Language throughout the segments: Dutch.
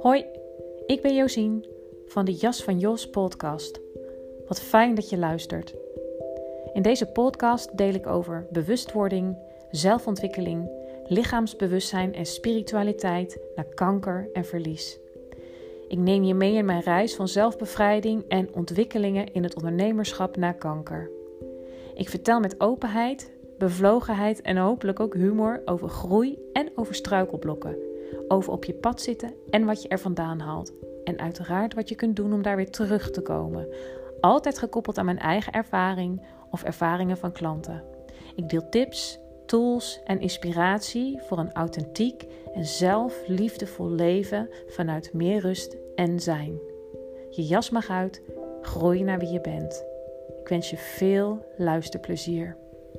Hoi, ik ben Josien van de Jas van Jos podcast. Wat fijn dat je luistert. In deze podcast deel ik over bewustwording, zelfontwikkeling, lichaamsbewustzijn en spiritualiteit naar kanker en verlies. Ik neem je mee in mijn reis van zelfbevrijding en ontwikkelingen in het ondernemerschap na kanker. Ik vertel met openheid, bevlogenheid en hopelijk ook humor over groei en over struikelblokken. Over op je pad zitten en wat je er vandaan haalt. En uiteraard wat je kunt doen om daar weer terug te komen. Altijd gekoppeld aan mijn eigen ervaring of ervaringen van klanten. Ik deel tips, tools en inspiratie voor een authentiek en zelfliefdevol leven vanuit meer rust en zijn. Je jas mag uit, groei naar wie je bent. Ik wens je veel luisterplezier.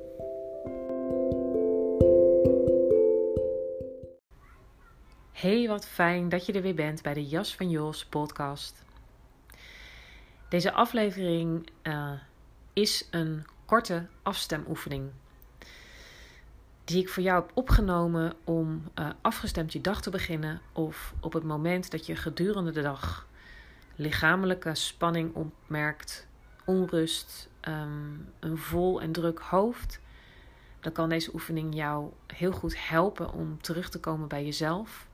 Hey, wat fijn dat je er weer bent bij de Jas van Jos podcast. Deze aflevering is een korte afstemoefening die ik voor jou heb opgenomen om afgestemd je dag te beginnen of op het moment dat je gedurende de dag lichamelijke spanning opmerkt, onrust, een vol en druk hoofd, dan kan deze oefening jou heel goed helpen om terug te komen bij jezelf.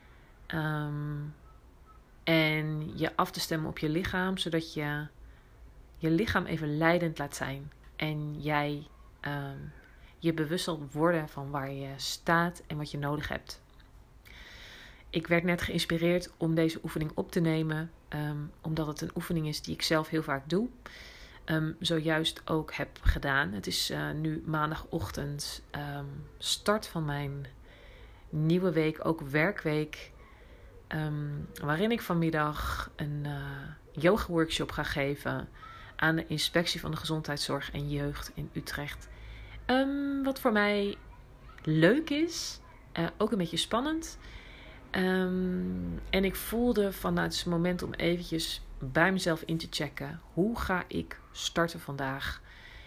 En je af te stemmen op je lichaam, zodat je lichaam even leidend laat zijn. En jij je bewust zal worden van waar je staat en wat je nodig hebt. Ik werd net geïnspireerd om deze oefening op te nemen, omdat het een oefening is die ik zelf heel vaak doe. Zojuist ook heb gedaan. Het is nu maandagochtend, start van mijn nieuwe week, ook werkweek. Waarin ik vanmiddag een yoga workshop ga geven aan de Inspectie van de Gezondheidszorg en Jeugd in Utrecht. Wat voor mij leuk is, ook een beetje spannend. En ik voelde vanuit het moment om eventjes bij mezelf in te checken. Hoe ga ik starten vandaag?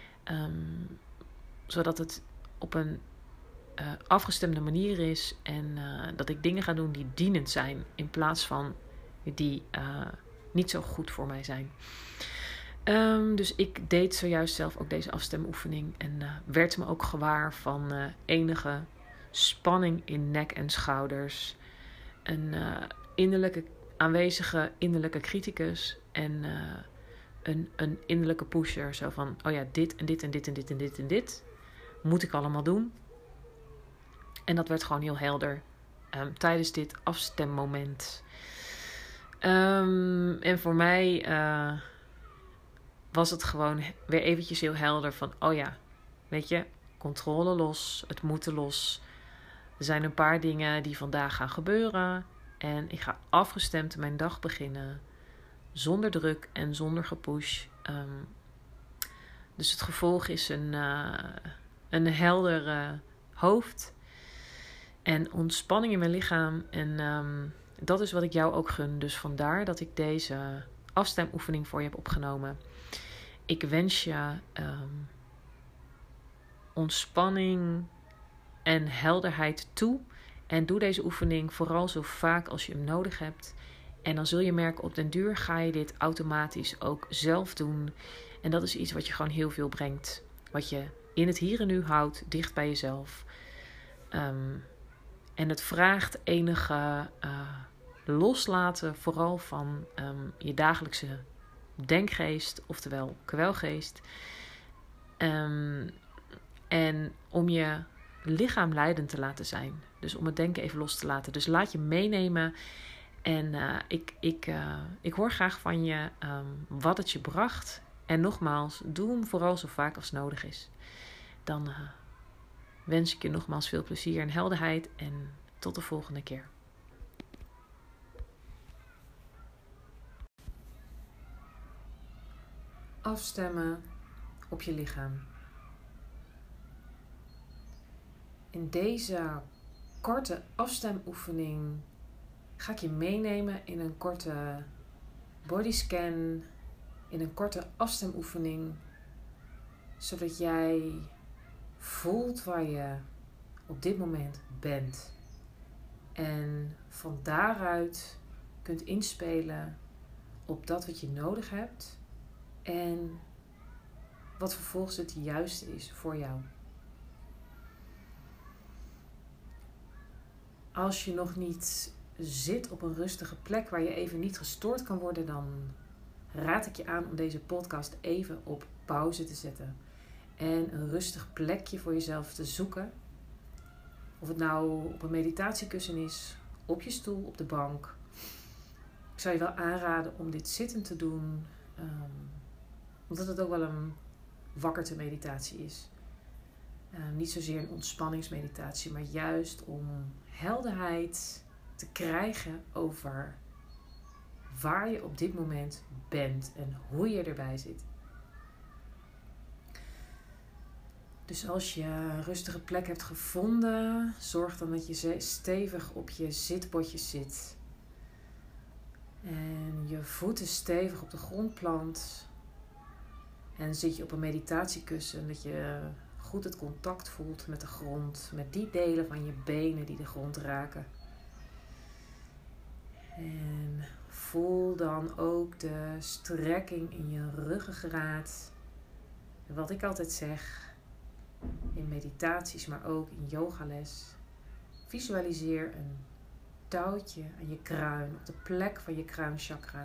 Zodat het op een afgestemde manier is en dat ik dingen ga doen die dienend zijn in plaats van die niet zo goed voor mij zijn. Dus ik deed zojuist zelf ook deze afstemoefening en werd me ook gewaar van enige spanning in nek en schouders. Een aanwezige innerlijke criticus en een innerlijke pusher. Zo van, oh ja, dit en dit en dit en dit en dit en dit moet ik allemaal doen. En dat werd gewoon heel helder tijdens dit afstemmoment. En voor mij was het gewoon weer eventjes heel helder van, oh ja, weet je, controle los, het moeten los. Er zijn een paar dingen die vandaag gaan gebeuren. En ik ga afgestemd mijn dag beginnen. Zonder druk en zonder gepush. Dus het gevolg is een helder hoofd. En ontspanning in mijn lichaam. En dat is wat ik jou ook gun. Dus vandaar dat ik deze afstemoefening voor je heb opgenomen. Ik wens je ontspanning en helderheid toe. En doe deze oefening vooral zo vaak als je hem nodig hebt. En dan zul je merken, op den duur ga je dit automatisch ook zelf doen. En dat is iets wat je gewoon heel veel brengt. Wat je in het hier en nu houdt, dicht bij jezelf. En het vraagt enige loslaten, vooral van je dagelijkse denkgeest, oftewel kwelgeest. En om je lichaam leidend te laten zijn. Dus om het denken even los te laten. Dus laat je meenemen. En ik hoor graag van je wat het je bracht. En nogmaals, doe hem vooral zo vaak als nodig is. Dan wens ik je nogmaals veel plezier en helderheid. En tot de volgende keer. Afstemmen op je lichaam. In deze korte afstemoefening ga ik je meenemen in een korte bodyscan, in een korte afstemoefening, zodat jij voelt waar je op dit moment bent. En van daaruit kunt inspelen op dat wat je nodig hebt en wat vervolgens het juiste is voor jou. Als je nog niet zit op een rustige plek waar je even niet gestoord kan worden, dan raad ik je aan om deze podcast even op pauze te zetten. En een rustig plekje voor jezelf te zoeken. Of het nou op een meditatiekussen is, op je stoel, op de bank. Ik zou je wel aanraden om dit zittend te doen. Omdat het ook wel een wakkerte meditatie is. Niet zozeer een ontspanningsmeditatie, maar juist om helderheid te krijgen over waar je op dit moment bent en hoe je erbij zit. Dus als je een rustige plek hebt gevonden, zorg dan dat je stevig op je zitbotje zit. En je voeten stevig op de grond plant. En zit je op een meditatiekussen, dat je goed het contact voelt met de grond. Met die delen van je benen die de grond raken. En voel dan ook de strekking in je ruggengraat. En wat ik altijd zeg in meditaties, maar ook in yogales. Visualiseer een touwtje aan je kruin, op de plek van je kruinchakra.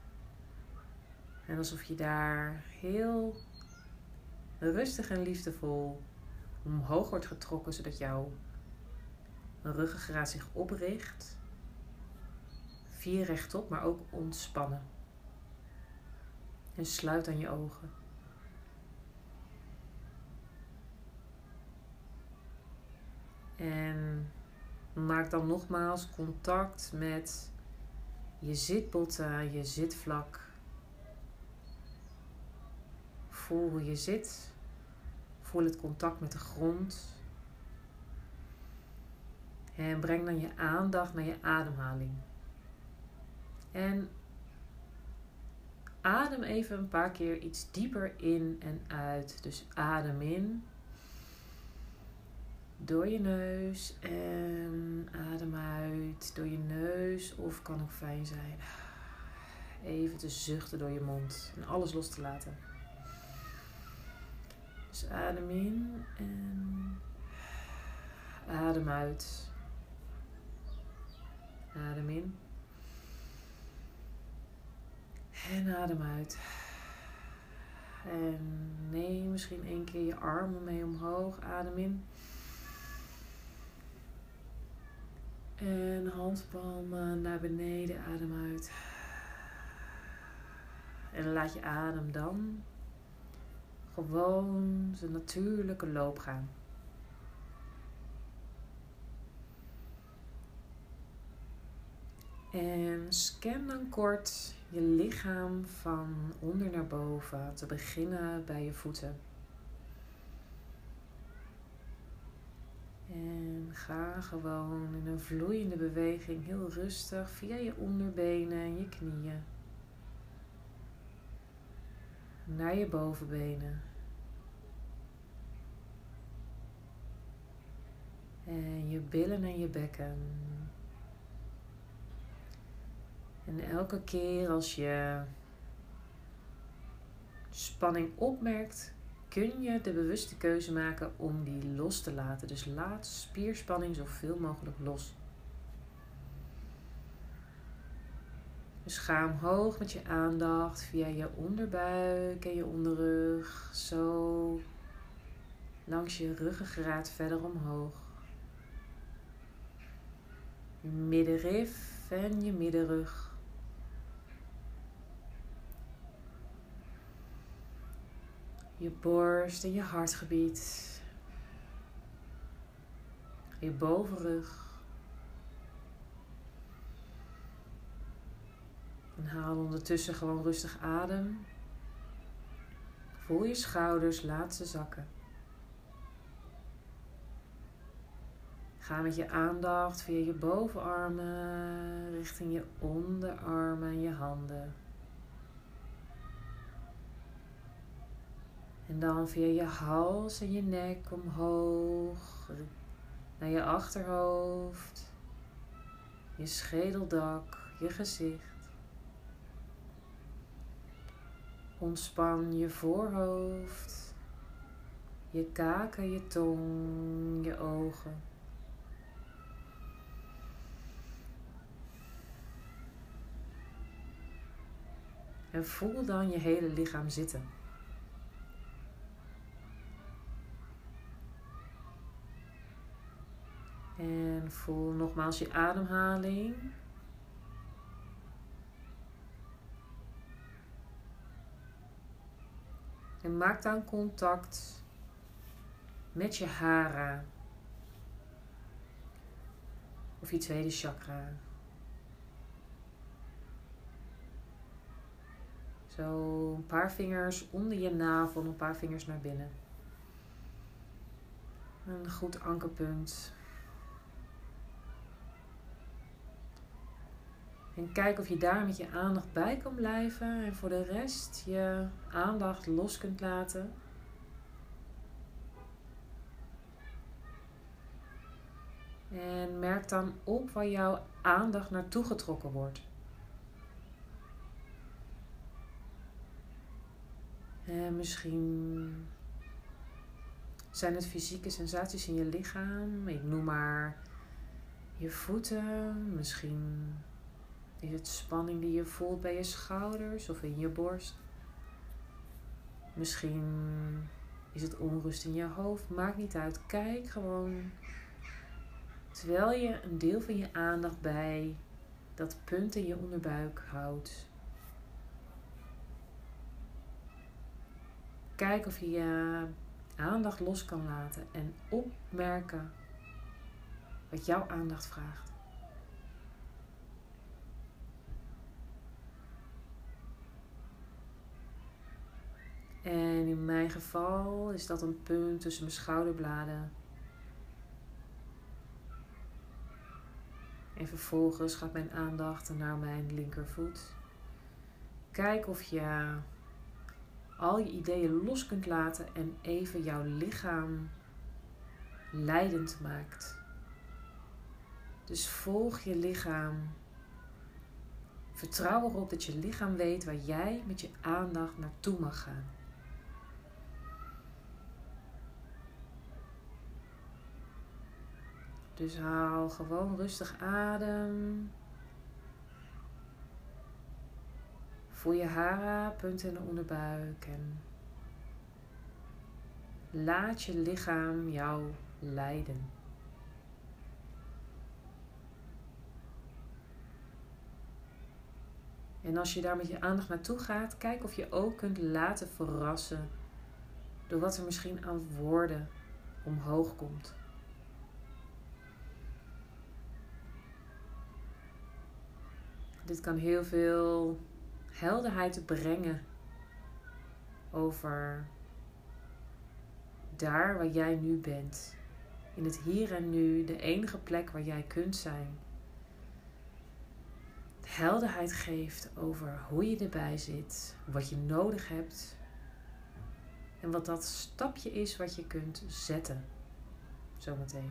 En alsof je daar heel rustig en liefdevol omhoog wordt getrokken, zodat jouw ruggengraat zich opricht. 4 rechtop, maar ook ontspannen. En sluit dan je ogen. En maak dan nogmaals contact met je zitbotten, je zitvlak. Voel hoe je zit. Voel het contact met de grond. En breng dan je aandacht naar je ademhaling. En adem even een paar keer iets dieper in en uit. Dus adem in door je neus en adem uit door je neus. Of kan ook fijn zijn even te zuchten door je mond en alles los te laten. Dus adem in en adem uit. Adem in. En adem uit. En neem misschien 1 keer je armen mee omhoog. Adem in. En handpalmen naar beneden. Adem uit. En laat je adem dan gewoon zijn natuurlijke loop gaan. En scan dan kort je lichaam van onder naar boven, te beginnen bij je voeten. En ga gewoon in een vloeiende beweging heel rustig via je onderbenen en je knieën naar je bovenbenen. En je billen en je bekken. En elke keer als je spanning opmerkt, kun je de bewuste keuze maken om die los te laten. Dus laat spierspanning zoveel mogelijk los. Dus ga omhoog met je aandacht via je onderbuik en je onderrug. Zo langs je ruggengraat verder omhoog. Je middenrif en je middenrug. Je borst en je hartgebied. Je bovenrug. En haal ondertussen gewoon rustig adem. Voel je schouders, laat ze zakken. Ga met je aandacht via je bovenarmen richting je onderarmen en je handen. En dan via je hals en je nek omhoog naar je achterhoofd, je schedeldak, je gezicht. Ontspan je voorhoofd, je kaken, je tong, je ogen. En voel dan je hele lichaam zitten. En voel nogmaals je ademhaling. En maak dan contact met je hara. Of je tweede chakra. Zo een paar vingers onder je navel, een paar vingers naar binnen. Een goed ankerpunt. En kijk of je daar met je aandacht bij kan blijven. En voor de rest je aandacht los kunt laten. En merk dan op waar jouw aandacht naartoe getrokken wordt. En misschien zijn het fysieke sensaties in je lichaam. Ik noem maar je voeten. Misschien is het spanning die je voelt bij je schouders of in je borst. Misschien is het onrust in je hoofd. Maakt niet uit. Kijk gewoon terwijl je een deel van je aandacht bij dat punt in je onderbuik houdt. Kijk of je je aandacht los kan laten en opmerken wat jouw aandacht vraagt. En in mijn geval is dat een punt tussen mijn schouderbladen. En vervolgens gaat mijn aandacht naar mijn linkervoet. Kijk of je al je ideeën los kunt laten en even jouw lichaam leidend maakt. Dus volg je lichaam. Vertrouw erop dat je lichaam weet waar jij met je aandacht naartoe mag gaan. Dus haal gewoon rustig adem. Voel je hara, punten in de onderbuik. En laat je lichaam jou leiden. En als je daar met je aandacht naartoe gaat, kijk of je ook kunt laten verrassen door wat er misschien aan woorden omhoog komt. Dit kan heel veel helderheid brengen over daar waar jij nu bent. In het hier en nu, de enige plek waar jij kunt zijn. Helderheid geeft over hoe je erbij zit, wat je nodig hebt en wat dat stapje is wat je kunt zetten. Zometeen.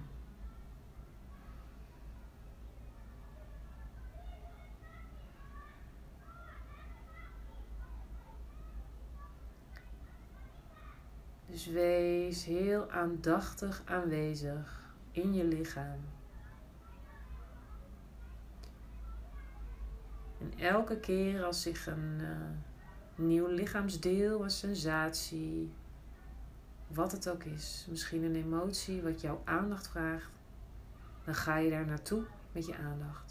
Dus wees heel aandachtig aanwezig in je lichaam. En elke keer als zich een nieuw lichaamsdeel, een sensatie, wat het ook is, misschien een emotie wat jouw aandacht vraagt, dan ga je daar naartoe met je aandacht.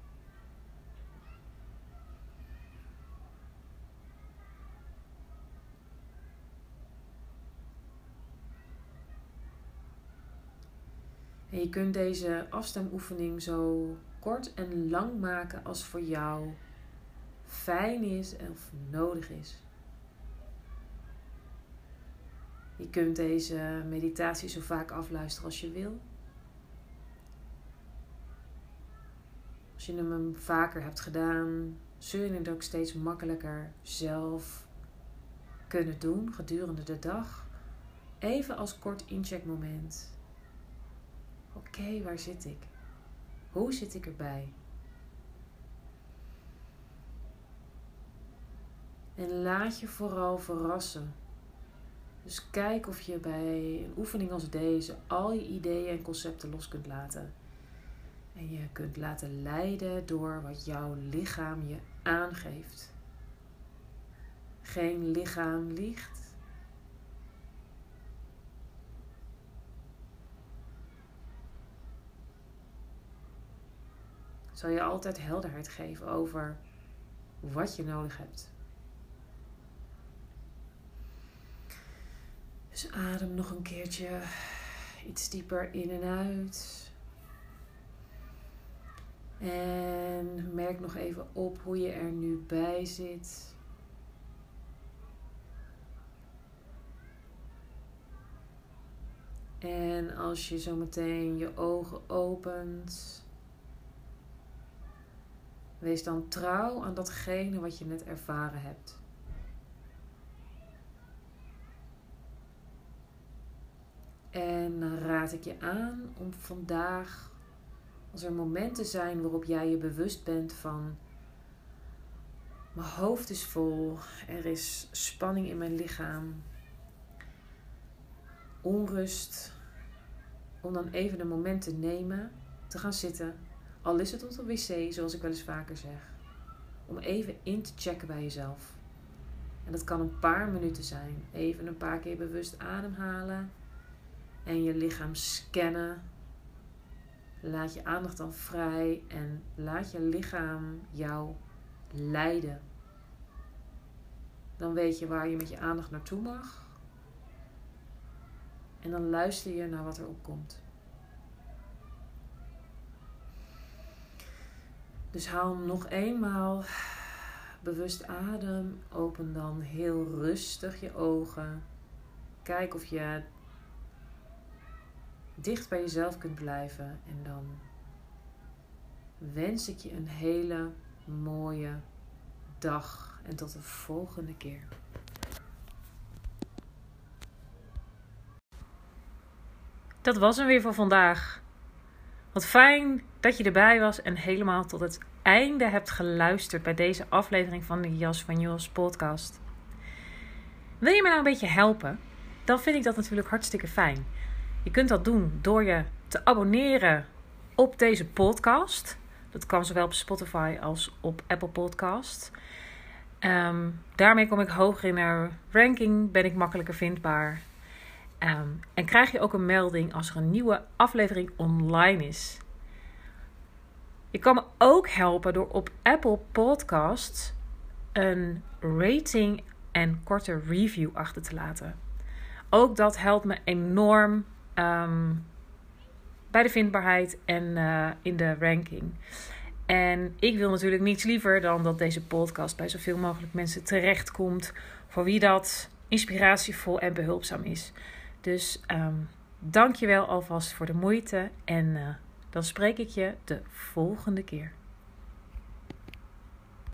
En je kunt deze afstemoefening zo kort en lang maken als voor jou fijn is of nodig is. Je kunt deze meditatie zo vaak afluisteren als je wil. Als je hem vaker hebt gedaan, zul je het ook steeds makkelijker zelf kunnen doen gedurende de dag. Even als kort incheckmoment. Oké, waar zit ik? Hoe zit ik erbij? En laat je vooral verrassen. Dus kijk of je bij een oefening als deze al je ideeën en concepten los kunt laten. En je kunt laten leiden door wat jouw lichaam je aangeeft. Geen lichaam liegt. Zal je altijd helderheid geven over wat je nodig hebt. Dus adem nog een keertje iets dieper in en uit. En merk nog even op hoe je er nu bij zit. En als je zo meteen je ogen opent, wees dan trouw aan datgene wat je net ervaren hebt. En dan raad ik je aan om vandaag, als er momenten zijn waarop jij je bewust bent van: mijn hoofd is vol, er is spanning in mijn lichaam, onrust, om dan even een moment te nemen, te gaan zitten, al is het op de wc, zoals ik wel eens vaker zeg, om even in te checken bij jezelf. En dat kan een paar minuten zijn. Even een paar keer bewust ademhalen en je lichaam scannen. Laat je aandacht dan vrij en laat je lichaam jou leiden. Dan weet je waar je met je aandacht naartoe mag. En dan luister je naar wat er opkomt. Dus haal nog eenmaal bewust adem. Open dan heel rustig je ogen. Kijk of je dicht bij jezelf kunt blijven. En dan wens ik je een hele mooie dag. En tot de volgende keer. Dat was hem weer voor vandaag. Wat fijn dat je erbij was en helemaal tot het einde hebt geluisterd bij deze aflevering van de Jas van Jos podcast. Wil je me nou een beetje helpen? Dan vind ik dat natuurlijk hartstikke fijn. Je kunt dat doen door je te abonneren op deze podcast. Dat kan zowel op Spotify als op Apple Podcast. Daarmee kom ik hoger in de ranking, ben ik makkelijker vindbaar. En krijg je ook een melding als er een nieuwe aflevering online is. Je kan me ook helpen door op Apple Podcasts een rating en korte review achter te laten. Ook dat helpt me enorm bij de vindbaarheid en in de ranking. En ik wil natuurlijk niets liever dan dat deze podcast bij zoveel mogelijk mensen terechtkomt, voor wie dat inspiratievol en behulpzaam is. Dus dank je wel alvast voor de moeite en dan spreek ik je de volgende keer.